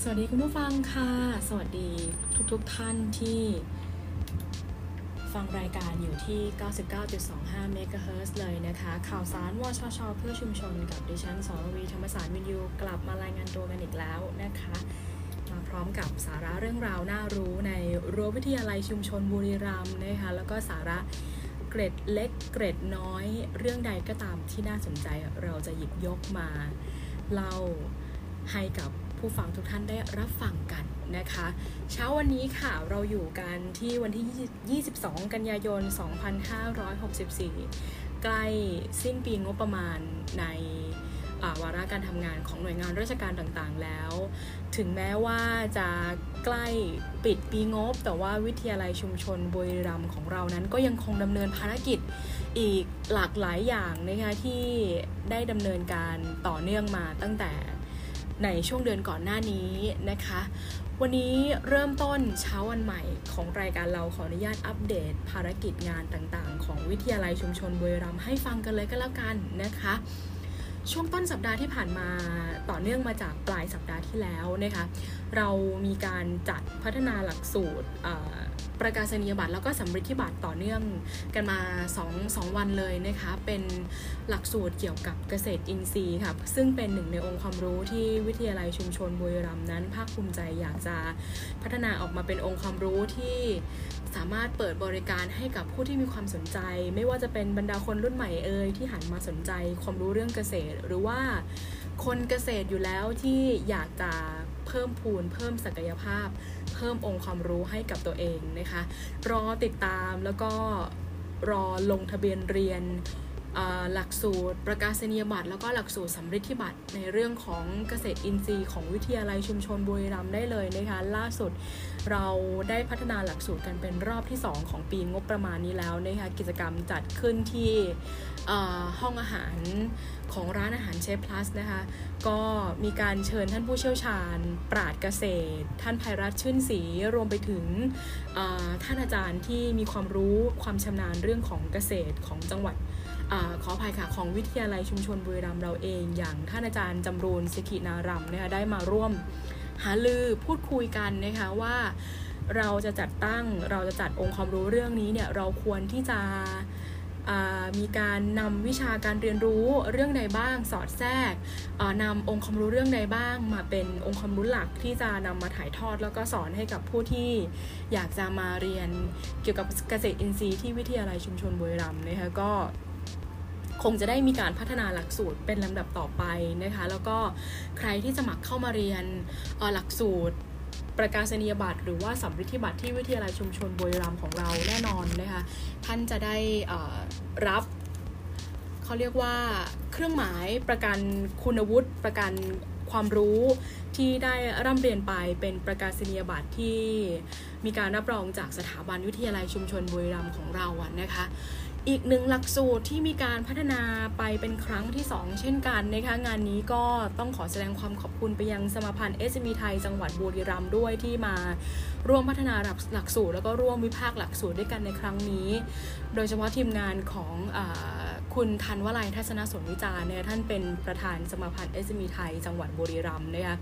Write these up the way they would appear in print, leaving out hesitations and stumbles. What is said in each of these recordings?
วัสดีคุณผู้ฟังค่ะสวัสดีทุกท่านที่ฟังรายการอยู่ที่ 99.25 เมกะเฮิรตซ์เลยนะคะข่าวสารวชช.เพื่อชุมชนกับดิฉันสรวีธรรมศาสตร์วินยูกลับมารายงานตัวกันอีกแล้วนะคะมาพร้อมกับสาระเรื่องราวน่ารู้ในรั้ววิทยาลัยชุมชนบุรีรัมย์นะคะแล้วก็สาระเกร็ดเล็กเกร็ดน้อยเรื่องใดก็ตามที่น่าสนใจเราจะหยิบยกมาเล่าให้กับผู้ฟังทุกท่านได้รับฟังกันนะคะเช้าวันนี้ค่ะเราอยู่กันที่วันที่22กันยายน2564ใกล้สิ้นปีงบประมาณในวาระการทำงานของหน่วยงานราชการต่างๆแล้วถึงแม้ว่าจะใกล้ปิดปีงบแต่ว่าวิทยาลัยชุมชนบุรีรัมย์ของเรานั้นก็ยังคงดำเนินภารกิจอีกหลากหลายอย่างนะคะที่ได้ดำเนินการต่อเนื่องมาตั้งแต่ในช่วงเดือนก่อนหน้านี้นะคะวันนี้เริ่มต้นเช้าวันใหม่ของรายการเราขออนุญาตอัปเดตภารกิจงานต่างๆของวิทยาลัยชุมชนบุรีรัมย์ให้ฟังกันเลยก็แล้วกันนะคะช่วงต้นสัปดาห์ที่ผ่านมาต่อเนื่องมาจากปลายสัปดาห์ที่แล้วนะคะเรามีการจัดพัฒนาหลักสูตรประกาศนียบัตรแล้วก็สำริดที่บัตรต่อเนื่องกันมา2วันเลยนะคะเป็นหลักสูตรเกี่ยวกับเกษตรอินทรีย์ค่ะซึ่งเป็นหนึ่งในองค์ความรู้ที่วิทยาลัยชุมชนบุรีรัมย์นั้นภาคภูมิใจอยากจะพัฒนาออกมาเป็นองค์ความรู้ที่สามารถเปิดบริการให้กับผู้ที่มีความสนใจไม่ว่าจะเป็นบรรดาคนรุ่นใหม่ที่หันมาสนใจความรู้เรื่องเกษตรหรือว่าคนเกษตรอยู่แล้วที่อยากจะเพิ่มพูนเพิ่มศักยภาพเพิ่มองค์ความรู้ให้กับตัวเองนะคะรอติดตามแล้วก็รอลงทะเบียนเรียนหลักสูตรประกาศนียบัตรแล้วก็หลักสูตรสำริดที่บัตรในเรื่องของเกษตรอินทรีย์ของวิทยาลัยชุมชนบุรีรัมย์ได้เลยนะคะล่าสุดเราได้พัฒนาหลักสูตรกันเป็นรอบที่2ของปีงบประมาณนี้แล้วนะคะกิจกรรมจัดขึ้นที่ห้องอาหารของร้านอาหารเชฟพลัสนะคะก็มีการเชิญท่านผู้เชี่ยวชาญปราชญ์เกษตรท่านไพรัตน์ชื่นศรีรวมไปถึงท่านอาจารย์ที่มีความรู้ความชำนาญเรื่องของเกษตรของจังหวัดขออภัยค่ะของวิทยาลัยชุมชนบุรีรัมย์เราเองอย่างท่านอาจารย์จำรูนสิกินารัมนะคะได้มาร่วมหารือพูดคุยกันนะคะว่าเราจะจัดองค์ความรู้เรื่องนี้เนี่ยเราควรที่จะมีการนำวิชาการเรียนรู้เรื่องใดบ้างสอดแทรกนำองค์ความรู้เรื่องใดบ้างมาเป็นองค์ความรู้หลักที่จะนำมาถ่ายทอดแล้วก็สอนให้กับผู้ที่อยากจะมาเรียนเกี่ยวกับเกษตรอินทรีย์ที่วิทยาลัยชุมชนบุรีรัมย์นะคะก็คงจะได้มีการพัฒนาหลักสูตรเป็นลำดับต่อไปนะคะแล้วก็ใครที่สมัครเข้ามาเรียนหลักสูตรประกาศนียบัตรหรือว่าสำริดที่บัตรที่วิทยาลัยชุมชนบุรีรัมย์ของเราแน่นอนนะคะท่านจะได้รับเขาเรียกว่าเครื่องหมายประกันคุณวุฒิประกันความรู้ที่ได้ร่ำเรียนไปเป็นประกาศนียบัตรที่มีการรับรองจากสถาบันวิทยาลัยชุมชนบุรีรัมย์ของเรานะคะอีกหนึ่งหลักสูตรที่มีการพัฒนาไปเป็นครั้งที่2เช่นกันนะคะงานนี้ก็ต้องขอแสดงความขอบคุณไปยังสมาพันธ์ SME ไทยจังหวัดบุรีรัมย์ด้วยที่มาร่วมพัฒนาหลักสูตรแล้วก็ร่วมวิพากษ์หลักสูตรด้วยกันในครั้งนี้โดยเฉพาะทีมงานของคุณธันวลัยทัศนสนวิจารณ์เนี่ยท่านเป็นประธานสมาพันธ์ SME ไทยจังหวัดบุรีรัมย์นะคะ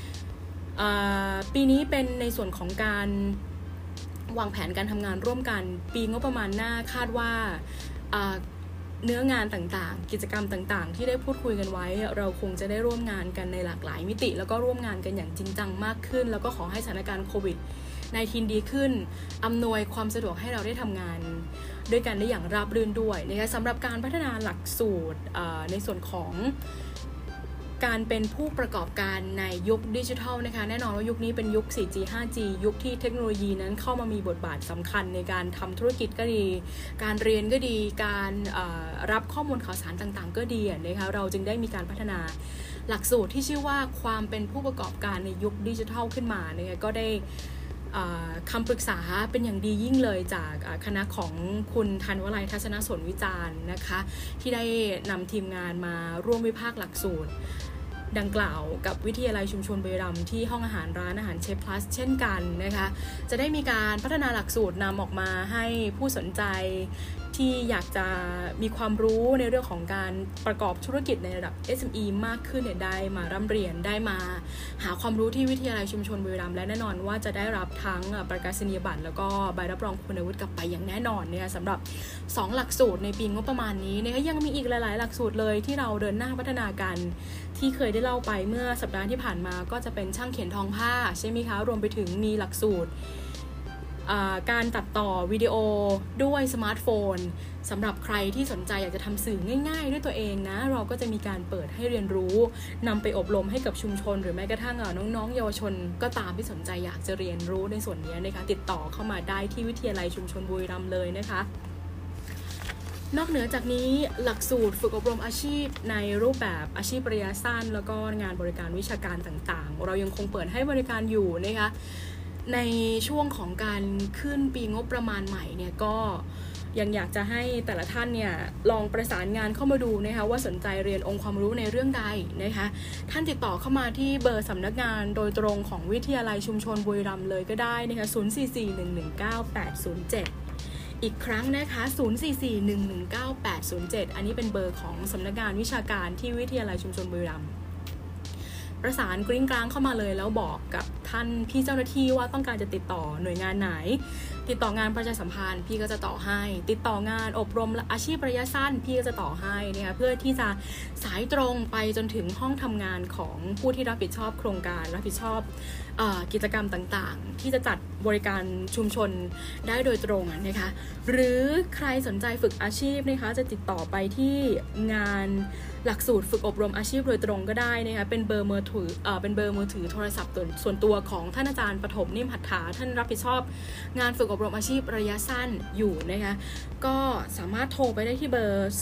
ปีนี้เป็นในส่วนของการวางแผนการทำงานร่วมกันปีงบประมาณหน้าคาดว่าเนื้องานต่างๆกิจกรรมต่างๆที่ได้พูดคุยกันไว้เราคงจะได้ร่วมงานกันในหลากหลายมิติแล้วก็ร่วมงานกันอย่างจริงจังมากขึ้นแล้วก็ขอให้สถานการณ์โควิด-19 ดีขึ้นอำนวยความสะดวกให้เราได้ทำงานด้วยกันได้อย่างราบรื่นด้วยนะคะสำหรับการพัฒนาหลักสูตรในส่วนของการเป็นผู้ประกอบการในยุคดิจิทัลนะคะแน่นอนว่ายุคนี้เป็นยุค 4G 5G ยุคที่เทคโนโลยีนั้นเข้ามามีบทบาทสำคัญในการทำธุรกิจก็ดีการเรียนก็ดีการรับข้อมูลข่าวสารต่างๆก็ดีนะคะเราจึงได้มีการพัฒนาหลักสูตรที่ชื่อว่าความเป็นผู้ประกอบการในยุคดิจิทัลขึ้นมานะคะก็ได้คำปรึกษาเป็นอย่างดียิ่งเลยจากคณะของคุณธันวลัยทัศนสนวิจารณ์นะคะที่ได้นำทีมงานมาร่วมวิพากษ์หลักสูตรดังกล่าวกับวิทยาลัยชุมชนบุรีรัมย์ที่ห้องอาหารร้านอาหารเชฟพลัสเช่นกันนะคะจะได้มีการพัฒนาหลักสูตรนำออกมาให้ผู้สนใจที่อยากจะมีความรู้ในเรื่องของการประกอบธุรกิจในระดับ SME มากขึ้นเนี่ยได้มาร่ำเรียนได้มาหาความรู้ที่วิทยาลัยชุมชนบุรีรัมย์และแน่นอนว่าจะได้รับทั้งประกาศนียบัตรแล้วก็ใบรับรองคุณวุฒิกลับไปอย่างแน่นอนเนี่ยสำหรับ2หลักสูตรในปีงบประมาณนี้นะคะยังมีอีกหลายๆหลักสูตรเลยที่เราเดินหน้าพัฒนากันที่เคยได้เล่าไปเมื่อสัปดาห์ที่ผ่านมาก็จะเป็นช่างเขียนทองผ้าใช่ไหมคะรวมไปถึงมีหลักสูตรการตัดต่อวิดีโอด้วยสมาร์ทโฟนสำหรับใครที่สนใจอยากจะทำสื่อง่ายๆด้วยตัวเองนะเราก็จะมีการเปิดให้เรียนรู้นำไปอบรมให้กับชุมชนหรือแม้กระทั่งน้องๆเยาวชนก็ตามที่สนใจอยากจะเรียนรู้ในส่วนนี้นะคะติดต่อเข้ามาได้ที่วิทยาลัยชุมชนบุรีรัมย์เลยนะคะนอกเหนือจากนี้หลักสูตรฝึกอบรมอาชีพในรูปแบบอาชีพระยะสั้นแล้วก็งานบริการวิชาการต่างๆเรายังคงเปิดให้บริการอยู่นะคะในช่วงของการขึ้นปีงบประมาณใหม่เนี่ยก็ยังอยากจะให้แต่ละท่านเนี่ยลองประสานงานเข้ามาดูนะคะว่าสนใจเรียนองค์ความรู้ในเรื่องใดนะคะท่านติดต่อเข้ามาที่เบอร์สำนักงานโดยตรงของวิทยาลัยชุมชนบุรีรัมย์เลยก็ได้นะคะ0441198807อีกครั้งนะคะ0441198807อันนี้เป็นเบอร์ของสำนักงานวิชาการที่วิทยาลัยชุมชนบุรีรัมย์ประสานกริ้งกลางเข้ามาเลยแล้วบอกกับท่านพี่เจ้าหน้าที่ว่าต้องการจะติดต่อหน่วยงานไหนติดต่องานประชาสัมพันธ์พี่ก็จะต่อให้ติดต่องานอบรมอาชีพระยะสั้นพี่ก็จะต่อให้นะคะเพื่อที่จะสายตรงไปจนถึงห้องทำงานของผู้ที่รับผิดชอบโครงการรับผิดชอบกิจกรรมต่างๆที่จะจัดบริการชุมชนได้โดยตรงนะคะหรือใครสนใจฝึกอาชีพนะคะจะติดต่อไปที่งานหลักสูตรฝึกอบรมอาชีพโดยตรงก็ได้นะคะเป็นเบอร์มือถือโทรศัพท์ส่วนตัวของท่านอาจารย์ปฐมนิ่มหัตถาท่านรับผิดชอบงานฝึกอบรมอาชีพระยะสั้นอยู่นะคะก็สามารถโทรไปได้ที่เบอร์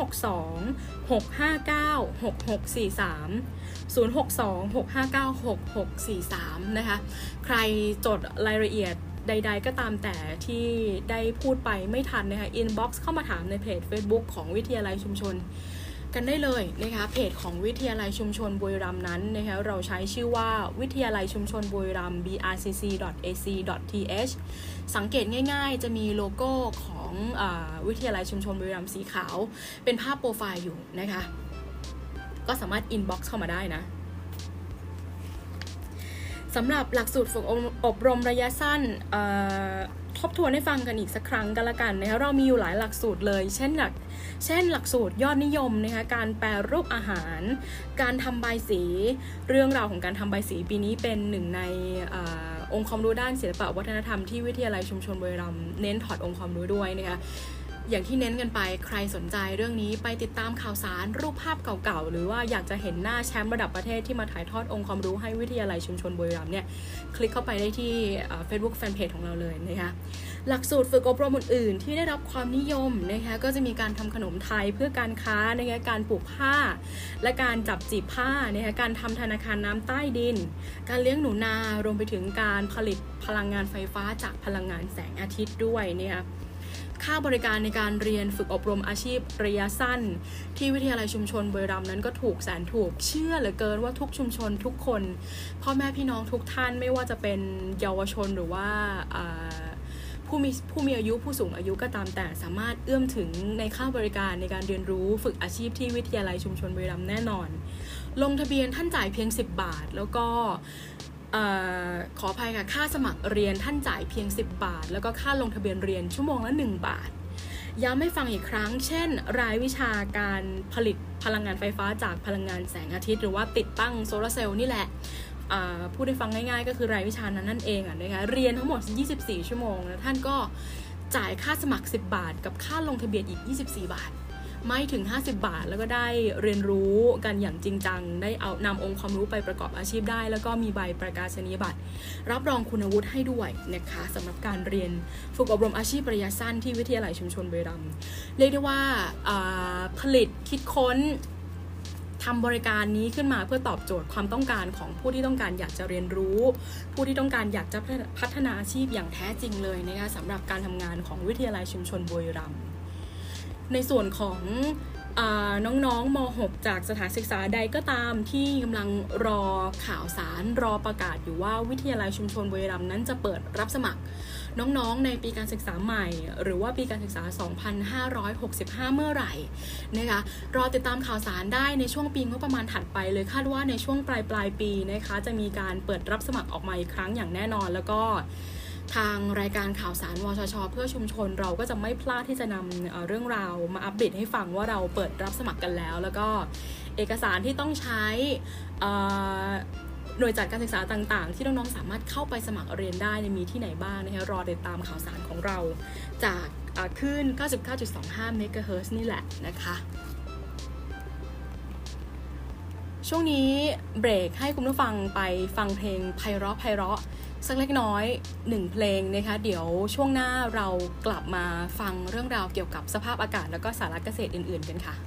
062-659-6643 นะคะใครจดรายละเอียดใดๆก็ตามแต่ที่ได้พูดไปไม่ทันนะคะ inbox เข้ามาถามในเพจ Facebook ของวิทยาลัยชุมชนกันได้เลยนะคะเพจของวิทยาลัยชุมชนบุรีรัมย์นั้นนะคะเราใช้ชื่อว่าวิทยาลัยชุมชนบุรีรัมย์ brcc.ac.th สังเกตง่ายๆจะมีโลโก้ของวิทยาลัยชุมชนบุรีรัมย์สีขาวเป็นภาพโปรไฟล์อยู่นะคะก็สามารถ inbox เข้ามาได้นะสำหรับหลักสูตรฝึกอบรมระยะสั้นทบทวนให้ฟังกันอีกสักครั้งกันละกันนะคะเรามีอยู่หลายหลักสูตรเลยเช่นหลักสูตรยอดนิยมนะคะการแปรรูปอาหารการทำใบสีเรื่องราวของการทำใบสีปีนี้เป็นหนึ่งในองค์ความรู้ด้านศิลปวัฒนธรรมที่วิทยาลัยชุมชนบุรีรัมย์เน้นถอดองค์ความรู้ด้วยนะคะอย่างที่เน้นกันไปใครสนใจเรื่องนี้ไปติดตามข่าวสารรูปภาพเก่าๆหรือว่าอยากจะเห็นหน้าแชมป์ระดับประเทศที่มาถ่ายทอดองค์ความรู้ให้วิทยาลัยชุมชนบุรีรัมย์เนี่ยคลิกเข้าไปได้ที่ Facebook Fanpage ของเราเลยนะคะหลักสูตรฝึกอบรมอื่นๆที่ได้รับความนิยมนะคะก็จะมีการทำขนมไทยเพื่อการค้านะคะการปลูกผ้าและการจับจีบผ้านะคะการทำธนาคารน้ำใต้ดินการเลี้ยงหนูนารวมไปถึงการผลิตพลังงานไฟฟ้าจากพลังงานแสงอาทิตย์ด้วยนะคะค่าบริการในการเรียนฝึกอบรมอาชีพระยะสั้นที่วิทยาลัยชุมชนบุรีรัมย์นั้นก็ถูกแสนถูกเชื่อเหลือเกินว่าทุกชุมชนทุกคนพ่อแม่พี่น้องทุกท่านไม่ว่าจะเป็นเยาวชนหรือว่าผู้มีอายุผู้สูงอายุก็ตามแต่สามารถเอื้อมถึงในค่าบริการในการเรียนรู้ฝึกอาชีพที่วิทยาลัยชุมชนบุรีรัมย์แน่นอนลงทะเบียนท่านจ่ายเพียง10 บาทแล้วก็ขออภัยค่ะค่าสมัครเรียนท่านจ่ายเพียง10 บาทแล้วก็ค่าลงทะเบียนเรียนชั่วโมงละ1 บาทย้ำให้ฟังอีกครั้งเช่นรายวิชาการผลิตพลังงานไฟฟ้าจากพลังงานแสงอาทิตย์หรือว่าติดตั้งโซลาร์เซลล์นี่แหละพูดให้ฟังง่ายๆก็คือรายวิชานั้นนั่นเองนะคะเรียนทั้งหมด24 ชั่วโมงแล้วท่านก็จ่ายค่าสมัคร10 บาทกับค่าลงทะเบียนอีก24 บาทไม่ถึง50 บาทแล้วก็ได้เรียนรู้กันอย่างจริงจังได้เอานำองค์ความรู้ไปประกอบอาชีพได้แล้วก็มีใบประกาศนียบัตรรับรองคุณวุฒิให้ด้วยนะคะสำหรับการเรียนฝึกอบรมอาชีพระยะสั้นที่วิทยาลัยชุมชนบุรีรัมย์เรียกได้ว่าผลิตคิดค้นทำบริการนี้ขึ้นมาเพื่อตอบโจทย์ความต้องการของผู้ที่ต้องการอยากจะเรียนรู้ผู้ที่ต้องการอยากจะพัฒนาอาชีพอย่างแท้จริงเลยนะคะสำหรับการทำงานของวิทยาลัยชุมชนบุรีรัมย์ในส่วนของน้องๆม.6 จากสถานศึกษาใดก็ตามที่กำลังรอข่าวสารรอประกาศอยู่ว่าวิทยาลัยชุมชนบุรีรัมย์นั้นจะเปิดรับสมัครน้องๆในปีการศึกษาใหม่หรือว่าปีการศึกษา 2565 เมื่อไหร่นะคะรอติดตามข่าวสารได้ในช่วงปีงบประมาณถัดไปเลยคาดว่าในช่วงปลายปีนะคะจะมีการเปิดรับสมัครออกมาอีกครั้งอย่างแน่นอนแล้วก็ทางรายการข่าวสารวชช.เพื่อชุมชนเราก็จะไม่พลาดที่จะนำเรื่องราวมาอัปเดตให้ฟังว่าเราเปิดรับสมัครกันแล้วก็เอกสารที่ต้องใช้หน่วยจัดการศึกษาต่างๆที่น้องๆสามารถเข้าไปสมัครเรียนได้มีที่ไหนบ้างนะคะรอติดตามข่าวสารของเราจากคลื่น 99.25 เมกะเฮิรตซ์นี่แหละนะคะช่วงนี้เบรกให้คุณผู้ฟังไปฟังเพลงไพเราะสักเล็กน้อย1เพลงนะคะเดี๋ยวช่วงหน้าเรากลับมาฟังเรื่องราวเกี่ยวกับสภาพอากาศแล้วก็สาระเกษตรอื่นๆกันค่ะ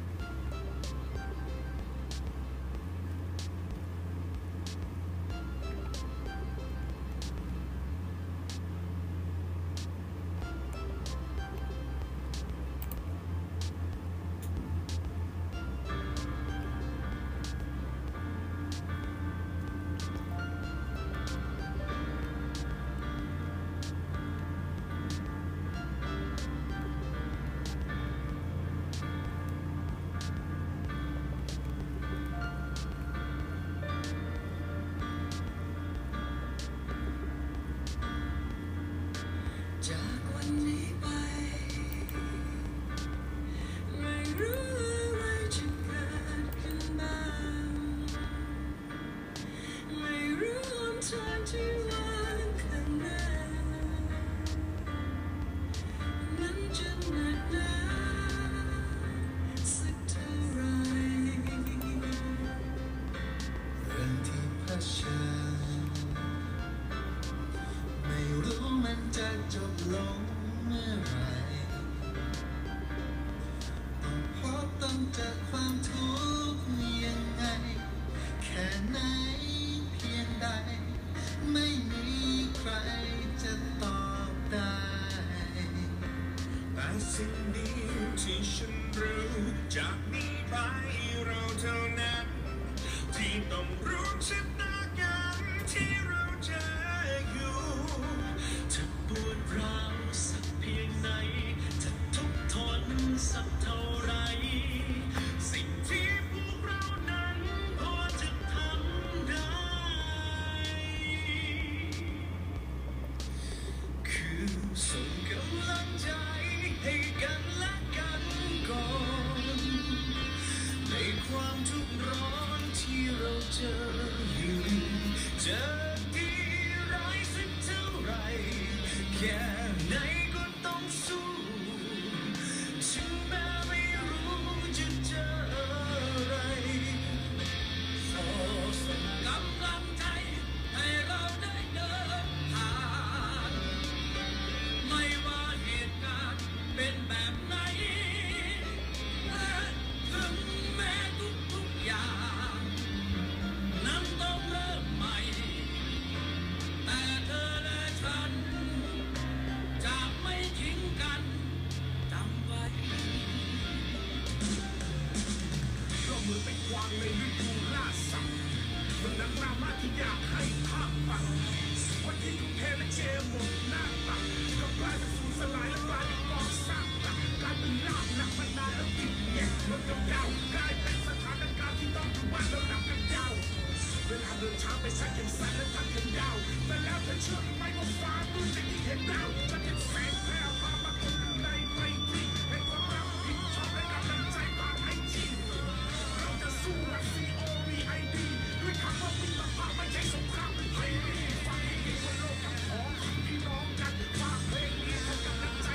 ใ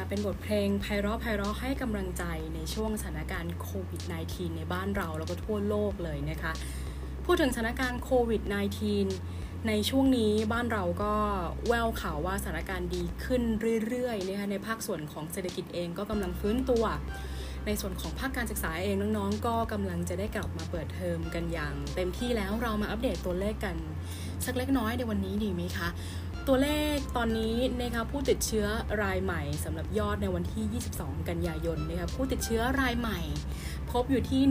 เป็นบทเพลงไพเราะให้กำลังใจในช่วงสถานการณ์โควิด -19 ในบ้านเราแล้วก็ทั่วโลกเลยนะคะพูดถึงสถานการณ์โควิด -19 ในช่วงนี้บ้านเราก็แววข่าวว่าสถานการณ์ดีขึ้นเรื่อยๆนะคะในภาคส่วนของเศรษฐกิจเองก็กำลังฟื้นตัวในส่วนของภาคการศึกษาเองน้องๆก็กำลังจะได้กลับมาเปิดเทอมกันอย่างเต็มที่แล้วเรามาอัปเดตตัวเลขกันสักเล็กน้อยในวันนี้ดีไหมคะตัวเลขตอนนี้นะคะผู้ติดเชื้อรายใหม่สำหรับยอดในวันที่22กันยายนนะคะผู้ติดเชื้อรายใหม่พบอยู่ที่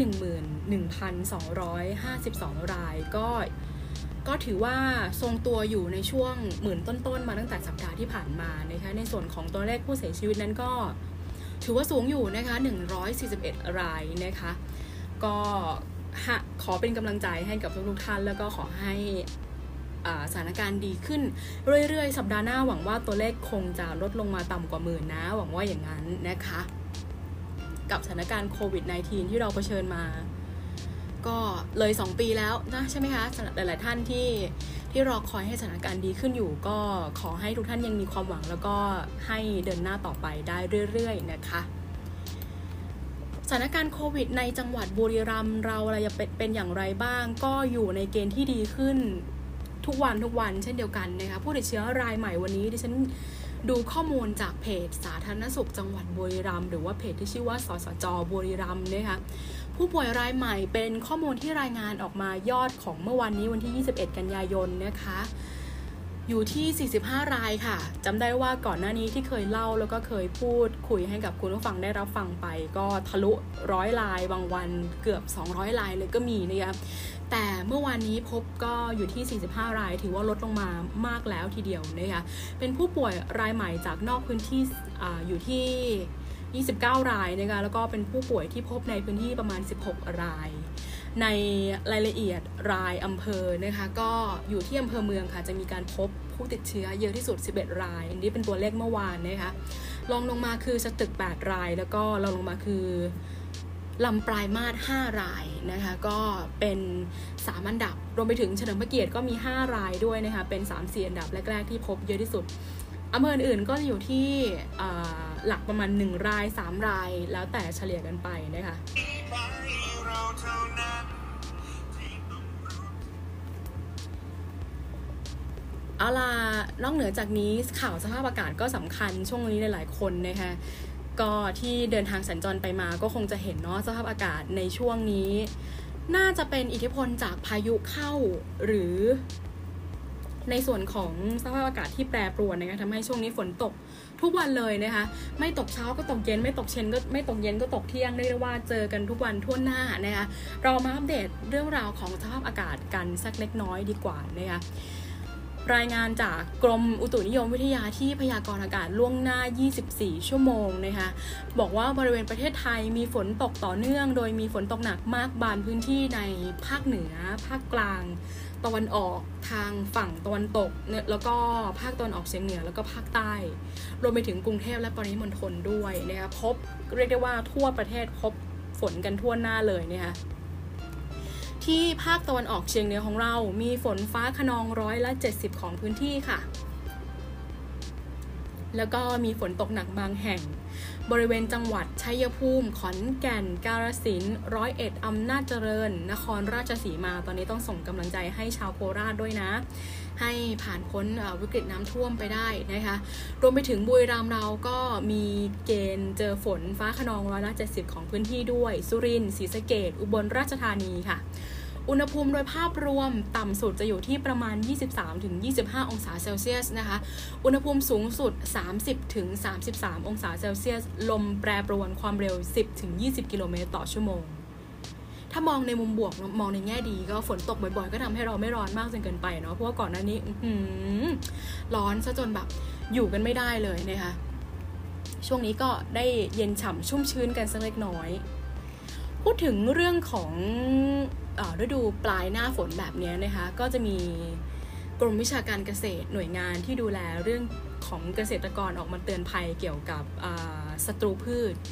11,252 รายก็ถือว่าทรงตัวอยู่ในช่วงหมื่นต้นๆมาตั้งแต่สัปดาห์ที่ผ่านมานะคะในส่วนของตัวเลขผู้เสียชีวิตนั้นก็ถือว่าสูงอยู่นะคะ141รายนะคะก็ขอเป็นกำลังใจให้กับทุกท่านแล้วก็ขอให้สถานการณ์ดีขึ้นเรื่อยๆสัปดาห์หน้าหวังว่าตัวเลขคงจะลดลงมาต่ำกว่า10,000นะหวังว่าอย่างนั้นนะคะกับสถานการณ์โควิด -19 ที่เราเผชิญมาก็เลย2ปีแล้วนะใช่ไหมคะสำหรับหลายๆท่านที่รอคอยให้สถานการณ์ดีขึ้นอยู่ก็ขอให้ทุกท่านยังมีความหวังแล้วก็ให้เดินหน้าต่อไปได้เรื่อยๆนะคะสถานการณ์โควิดในจังหวัดบุรีรัมย์เราอะไรจะเป็นอย่างไรบ้างก็อยู่ในเกณฑ์ที่ดีขึ้นทุกวันเช่นเดียวกันนะคะผู้ติดเชื้อรายใหม่วันนี้ดิฉันดูข้อมูลจากเพจสาธารณสุขจังหวัดบุรีรัมย์หรือว่าเพจที่ชื่อว่าสสจ.บุรีรัมย์นะคะผู้ป่วยรายใหม่เป็นข้อมูลที่รายงานออกมายอดของเมื่อวันนี้วันที่21กันยายนนะคะอยู่ที่45รายค่ะจำได้ว่าก่อนหน้านี้ที่เคยเล่าแล้วก็เคยพูดคุยให้กับคุณผู้ฟังได้รับฟังไปก็ทะลุ100รายบางวันเกือบ200รายเลยก็มีนะคะแต่เมื่อวานนี้พบก็อยู่ที่45รายถือว่าลดลงมามากแล้วทีเดียวนะคะเป็นผู้ป่วยรายใหม่จากนอกพื้นที่อยู่ที่29รายนะคะแล้วก็เป็นผู้ป่วยที่พบในพื้นที่ประมาณ16รายในรายละเอียดรายอำเภอนะคะก็อยู่ที่อำเภอเมืองค่ะจะมีการพบผู้ติดเชื้อเยอะที่สุด11รายอันนี้เป็นตัวเลขเมื่อวานนะคะรองลงมาคือสตึก8รายแล้วก็รองลงมาคือลำปลายมาศ5รายนะคะก็เป็น3อันดับรวมไปถึงเฉลิมพระเกียรติก็มี5รายด้วยนะคะเป็น 3-4 อันดับแรกๆที่พบเยอะที่สุดอำเภออื่นก็อยู่ที่หลักประมาณ1ราย3รายแล้วแต่เฉลี่ยกันไปนะคะเอาล่ะนอกเหนือจากนี้ข่าวสภาพอากาศก็สำคัญช่วงนี้หลายๆคนนะคะก็ที่เดินทางสัญจรไปมาก็คงจะเห็นเนาะสภาพอากาศในช่วงนี้น่าจะเป็นอิทธิพลจากพายุเข้าหรือในส่วนของสภาพอากาศที่แปรปรวนนะคะทำให้ช่วงนี้ฝนตกทุกวันเลยนะคะไม่ตกเช้าก็ตกเย็นไม่ตกเย็นก็ตกเที่ยงเรียกได้ว่าเจอกันทุกวันทั่วหน้านะคะเรามาอัปเดตเรื่องราวของสภาพอากาศกันสักเล็กน้อยดีกว่านะคะรายงานจากกรมอุตุนิยมวิทยาที่พยากรณ์อากาศล่วงหน้า24ชั่วโมงนะคะบอกว่าบริเวณประเทศไทยมีฝนตกต่อเนื่องโดยมีฝนตกหนักมากบางพื้นที่ในภาคเหนือภาคกลางตะวันออกทางฝั่งตะวันตกแล้วก็ภาคตะวันออกเฉียงเหนือแล้วก็ภาคใต้รวมไปถึงกรุงเทพและปริมณฑลด้วยนะคะพบเรียกได้ว่าทั่วประเทศพบฝนกันทั่วหน้าเลยนะคะที่ภาคตะวันออกเฉียงเหนือของเรามีฝนฟ้าคะนอง170%ของพื้นที่ค่ะแล้วก็มีฝนตกหนักบางแห่งบริเวณจังหวัดชัยภูมิขอนแก่นกาฬสินธุ์101อำนาจเจริญนครราชสีมาตอนนี้ต้องส่งกำลังใจให้ชาวโคราชด้วยนะให้ผ่านพ้นวิกฤตน้ำท่วมไปได้นะคะรวมไปถึงบุรีรัมย์เราก็มีเกณฑ์เจอฝนฟ้าคะนอง170%ของพื้นที่ด้วยสุรินทร์ศรีสะเกษอุบลราชธานีค่ะอุณหภูมิโดยภาพรวมต่ำสุดจะอยู่ที่ประมาณ 23-25 องศาเซลเซียสนะคะอุณหภูมิสูงสุด 30-33 องศาเซลเซียสลมแปรปรวนความเร็ว 10-20 กิโลเมตรต่อชั่วโมงถ้ามองในมุมบวกมองในแง่ดีก็ฝนตกบ่อยๆก็ทำให้เราไม่ร้อนมากจนเกินไปเนาะเพราะว่าก่อนหน้านี้ร้อนซะจนแบบอยู่กันไม่ได้เลยนะคะช่วงนี้ก็ได้เย็นฉ่ำชุ่มชื้นกันสักเล็กน้อยพูดถึงเรื่องของฤดูปลายหน้าฝนแบบนี้นะคะก็จะมีกรมวิชาการเกษตรหน่วยงานที่ดูแลเรื่องของเกษตรกรออกมาเตือนภัยเกี่ยวกับศัตรูพืช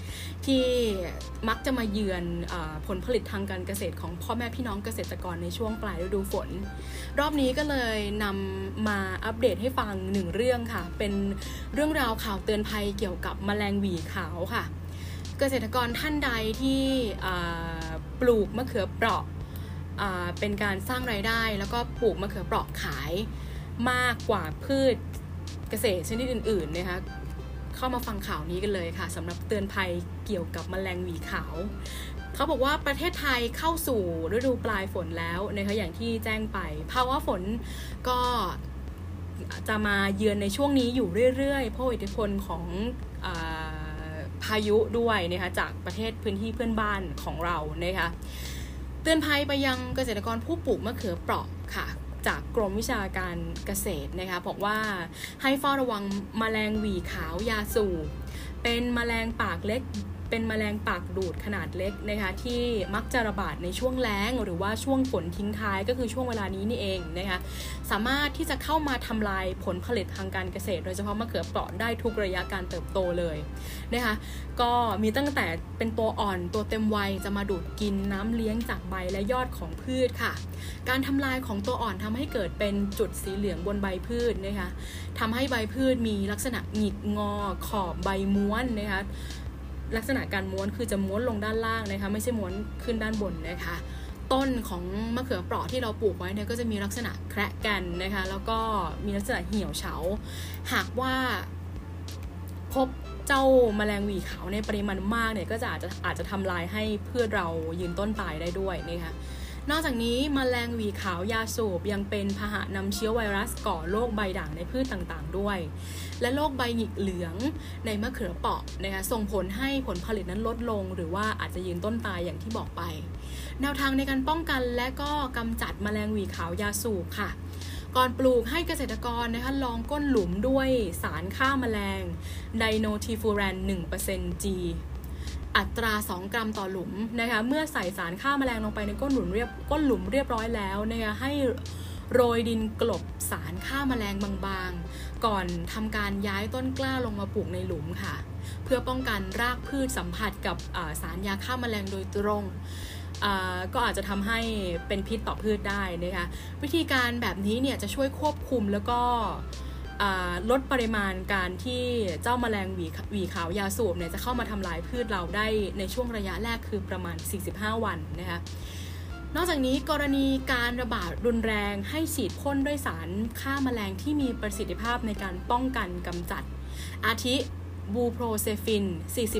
ที่มักจะมาเยือนผลผลิตทางการเกษตรของพ่อแม่พี่น้องเกษตรกรในช่วงปลายฤดูฝนรอบนี้ก็เลยนำมาอัปเดตให้ฟัง1เรื่องค่ะเป็นเรื่องราวข่าวเตือนภัยเกี่ยวกับแมลงหวีขาวค่ะเกษตรกรท่านใดที่ปลูกมะเขือเปราะเป็นการสร้างรายได้แล้วก็ปลูกมะเขือเปราะขายมากกว่าพืชเกษตรชนิดอื่นๆนะคะเข้ามาฟังข่าวนี้กันเลยค่ะสำหรับเตือนภัยเกี่ยวกับแมลงหวีขาวเขาบอกว่าประเทศไทยเข้าสู่ฤดูปลายฝนแล้วนะคะอย่างที่แจ้งไปภาวะฝนก็จะมาเยือนในช่วงนี้อยู่เรื่อยๆเพราะอิทธิพลของพายุด้วยนะคะจากประเทศพื้นที่เพื่อนบ้านของเรานะคะเตือนภัยไปยังเกษตรกรผู้ปลูกมะเขือเปราะค่ะจากกรมวิชาการเกษตรนะคะบอกว่าให้เฝ้าระวังแมลงหวีขาวยาสูบเป็นแมลงปากเล็กเป็นแมลงปากดูดขนาดเล็กนะคะที่มักจะระบาดในช่วงแล้งหรือว่าช่วงฝนทิ้งท้ายก็คือช่วงเวลานี้นี่เองนะคะสามารถที่จะเข้ามาทำลายผลผลิตทางการเกษตรโดยเฉพาะมะเขือเปราะได้ทุกระยะการเติบโตเลยนะคะก็มีตั้งแต่เป็นตัวอ่อนตัวเต็มวัยจะมาดูดกินน้ำเลี้ยงจากใบและยอดของพืชค่ะการทำลายของตัวอ่อนทำให้เกิดเป็นจุดสีเหลืองบนใบพืชนะคะทำให้ใบพืชมีลักษณะหงิกงอขอบใบม้วนนะคะลักษณะการม้วนคือจะม้วนลงด้านล่างนะคะไม่ใช่ม้วนขึ้นด้านบนนะคะต้นของมะเขือเปราะที่เราปลูกไว้เนี่ยก็จะมีลักษณะแคระกันนะคะแล้วก็มีลักษณะเหี่ยวเฉาหากว่าพบเจ้าแมลงหวีขาวในปริมาณมากเนี่ยก็จะอาจจะทำลายให้พืชเรายืนต้นตายได้ด้วยนะคะนอกจากนี้แมลงหวีขาวยาสูบยังเป็นพาหะนำเชื้อไวรัสก่อโรคใบด่างในพืชต่างๆด้วยและโรคใบหงิกเหลืองในมะเขือเปราะนะคะส่งผลให้ผลผลิตนั้นลดลงหรือว่าอาจจะยืนต้นตายอย่างที่บอกไปแนวทางในการป้องกันและก็กำจัดแมลงหวีขาวยาสูบค่ะก่อนปลูกให้เกษตรกรนะคะลองก้นหลุมด้วยสารฆ่าแมลงไดโนทิฟูแรน 1% Gอัตรา 2 กรัมต่อหลุมนะคะเมื่อใส่สารฆ่าแมลงลงไปในก้นหลุมเรียบร้อยแล้วนะคะให้โรยดินกลบสารฆ่าแมลงบางๆก่อนทำการย้ายต้นกล้าลงมาปลูกในหลุมค่ะเพื่อป้องกันรากพืชสัมผัสกับสารยาฆ่าแมลงโดยตรงก็อาจจะทำให้เป็นพิษต่อพืชได้นะคะวิธีการแบบนี้เนี่ยจะช่วยควบคุมแล้วก็ลดปริมาณการที่เจ้าแมลงหวีขาวยาสูบเนี่ยจะเข้ามาทำลายพืชเราได้ในช่วงระยะแรกคือประมาณ45วันนะคะนอกจากนี้กรณีการระบาดรุนแรงให้ฉีดพ่นด้วยสารฆ่าแมลงที่มีประสิทธิภาพในการป้องกันกำจัดอาทิบูโพรเซฟิน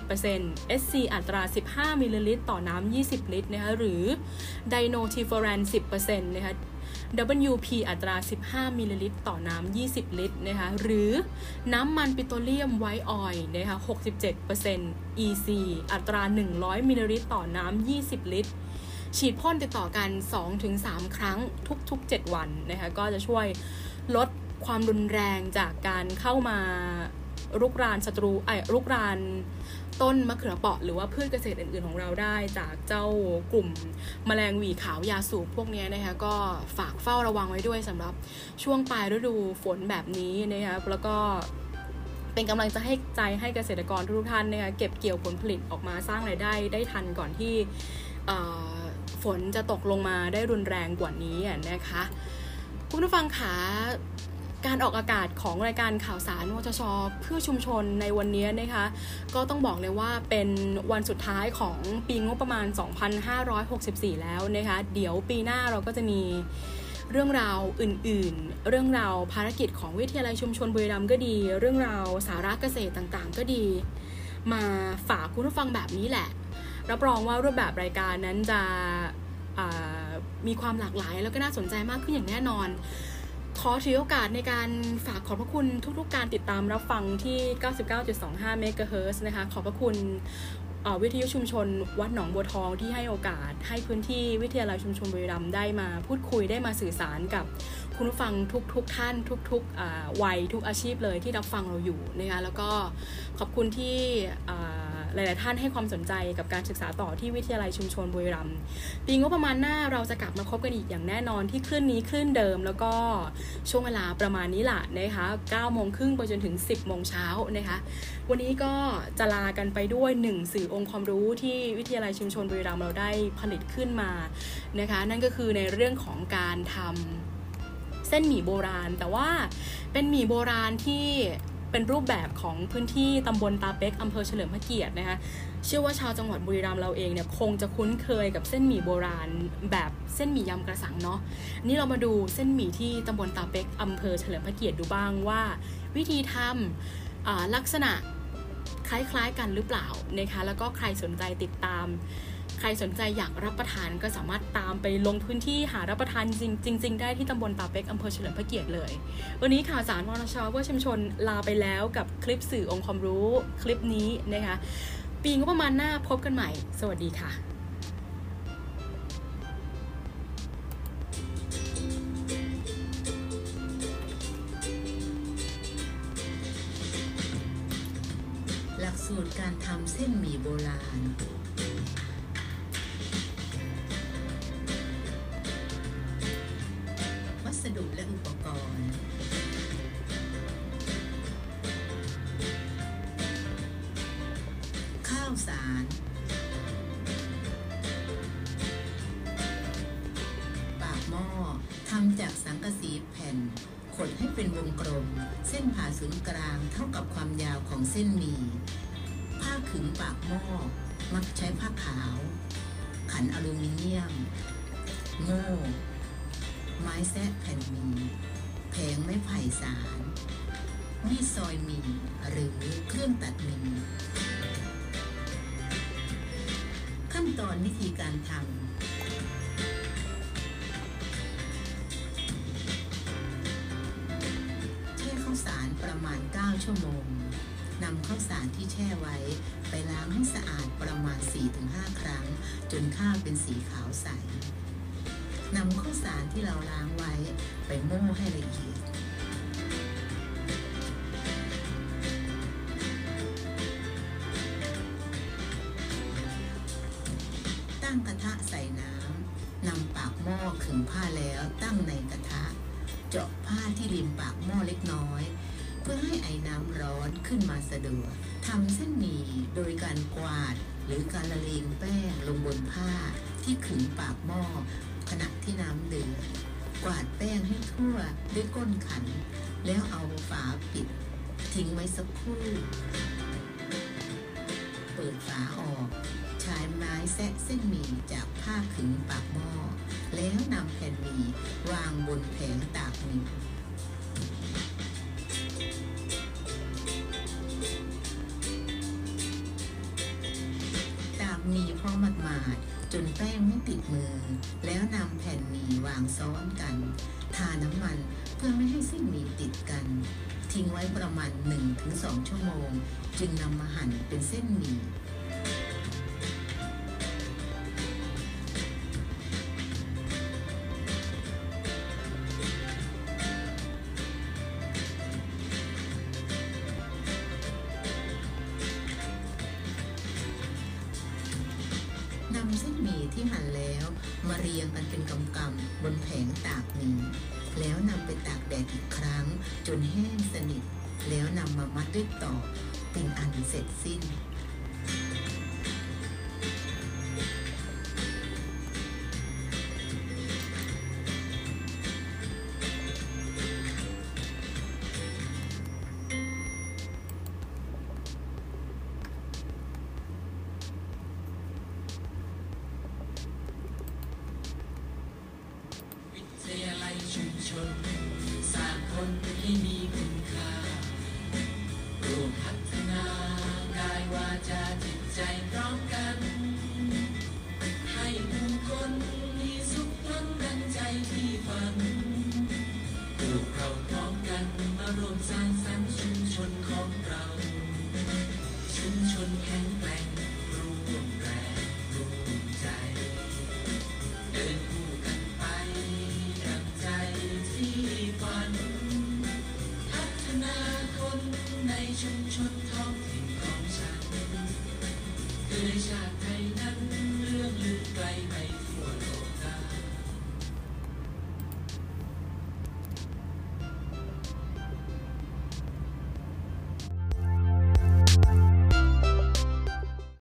40% SC อัตรา15มิลลิลิตรต่อน้ำ20ลิตรนะคะหรือไดโนทิฟูแรน 10% นะคะ WP อัตรา15มิลลิลิตรต่อน้ำ20ลิตรนะคะหรือน้ำมันปิโตรเลียมไวท์ออยล์นะคะ 67% EC อัตรา100มิลลิลิตรต่อน้ำ20ลิตรฉีดพ่นติดต่อกัน 2-3 ครั้งทุกๆ7วันนะคะก็จะช่วยลดความรุนแรงจากการเข้ามารุกรานรุกรานต้นมะเขือเปราะหรือว่าพืชเกษตรอื่นๆของเราได้จากเจ้ากลุ่มแมลงหวีขาวยาสูบพวกนี้นะคะก็ฝากเฝ้าระวังไว้ด้วยสำหรับช่วงปลายฤดูฝนแบบนี้นะคะแล้วก็เป็นกำลังใจให้เกษตรกรทุกท่านนะคะเก็บเกี่ยวผลผลิตออกมาสร้างรายได้ทันก่อนที่ฝนจะตกลงมาได้รุนแรงกว่านี้นะคะคุณผู้ฟังคะการออกอากาศของรายการข่าวสารวชช.เพื่อชุมชนในวันนี้นะคะก็ต้องบอกเลยว่าเป็นวันสุดท้ายของปีงบประมาณ 2564 แล้วนะคะเดี๋ยวปีหน้าเราก็จะมีเรื่องราวอื่นๆเรื่องราวภารกิจของวิทยาลัยชุมชนบุรีรัมย์ก็ดีเรื่องราวสาระเกษตรต่างๆก็ดีมาฝากคุณผู้ฟังแบบนี้แหละรับรองว่ารูปแบบรายการนั้นจะมีความหลากหลายแล้วก็น่าสนใจมากขึ้นอย่างแน่นอนขอถือโอกาสในการฝากขอบพระคุณทุกๆการติดตามรับฟังที่ 99.25 เมกะเฮิรตซ์นะคะขอบพระคุณวิทยุชุมชนวัดหนองบัวทองที่ให้โอกาสให้พื้นที่วิทยาลัยชุมชนบุรีรัมย์ได้มาพูดคุยได้มาสื่อสารกับคุณผู้ฟังทุกท่านทุกวัยทุกอาชีพเลยที่รับฟังเราอยู่นะคะแล้วก็ขอบคุณที่หลายๆท่านให้ความสนใจกับการศึกษาต่อที่วิทยาลัยชุมชนบุรีรัมย์ปีงบประมาณหน้าเราจะกลับมาพบกันอีกอย่างแน่นอนที่คลื่นนี้คลื่นเดิมแล้วก็ช่วงเวลาประมาณนี้แหละนะคะ9 โมงครึ่งไปจนถึง10 โมงเช้านะคะวันนี้ก็จะลากันไปด้วย1สื่อองค์ความรู้ที่วิทยาลัยชุมชนบุรีรัมย์เราได้ผลิตขึ้นมานะคะนั่นก็คือในเรื่องของการทำเส้นหมี่โบราณแต่ว่าเป็นหมี่โบราณที่เป็นรูปแบบของพื้นที่ตำบลตาเป๊กอำเภอเฉลิมพระเกียรตินะคะเชื่อว่าชาวจังหวัดบุรีรัมย์เราเองเนี่ยคงจะคุ้นเคยกับเส้นหมี่โบราณแบบเส้นหมี่ยำกระสังเนาะนี่เรามาดูเส้นหมี่ที่ตำบลตาเป๊กอำเภอเฉลิมพระเกียรติดูบ้างว่าวิธีทำลักษณะคล้ายๆกันหรือเปล่านะคะแล้วก็ใครสนใจติดตามใครสนใจอยากรับประทานก็สามารถตามไปลงพื้นที่หารับประทานจริงได้ที่ตำบลตาเป๊กอำเภอเฉลิมพระเกียรติเลยวันนี้ข่าวสารวรชเพื่อชุมชนลาไปแล้วกับคลิปสื่อองค์ความรู้คลิปนี้นะคะปีงบประมาณหน้าพบกันใหม่สวัสดีค่ะหลักสูตรการทำเส้นหมี่โบราณวัสดุและอุปกรณ์ข้าวสารปากหม้อทำจากสังกะสีแผ่นขดให้เป็นวงกลมเส้นผ่าศูนย์กลางเท่ากับความยาวของเส้นหมี่ผ้าขึงปากหม้อมักใช้ผ้าขาวขันอลูมิเนียมโม่ไม้แซะแผ่นหมี่แผงไม้ไผ่สารมีดซอยหมี่หรือเครื่องตัดหมี่ขั้นตอนวิธีการทำแช่ข้าวสารประมาณ9 ชั่วโมงนำข้าวสารที่แช่ไว้ไปล้างให้สะอาดประมาณ 4-5 ครั้งจนข้าวเป็นสีขาวใสนำข้าวสารที่เราล้างไว้ไปโม่ให้ละเอียดตั้งกระทะใส่น้ำนำปากหม้อขึงผ้าแล้วตั้งในกระทะเจาะผ้าที่ริมปากหม้อเล็กน้อยเพื่อให้ไอน้ำร้อนขึ้นมาสะดวกทำเส้นหมี่โดยการกวาดหรือการละเลงแป้งลงบนผ้าที่ขึงปากหม้อขณะที่น้ำเดือดกวาดแป้งให้ทั่วด้วยก้นขันแล้วเอาฝาปิดทิ้งไว้สักครู่เปิดฝาออกใช้ไม้แซะเส้นหมี่จากผ้าขึงปากหม้อแล้วนำแผ่นหมี่วางบนแผงตากหมี่หมี่พอหมาดๆจนแป้งไม่ติดมือแล้วนำแผ่นหมี่วางซ้อนกันทาน้ำมันเพื่อไม่ให้เส้นหมี่ติดกันทิ้งไว้ประมาณ 1-2 ชั่วโมงจึงนำมาหั่นเป็นเส้นหมี่นำเส้นหมี่ที่หั่นแล้วมาเรียงกันเป็นกำๆบนแผงตากหมี่แล้วนำไปตากแดดอีกครั้งจนแห้งสนิทแล้วนำมามัดด้วยตอกเป็นอันเสร็จสิ้นชุมชนสร้างคนให้มีคุณค่าร่วมพัฒนากายวาชา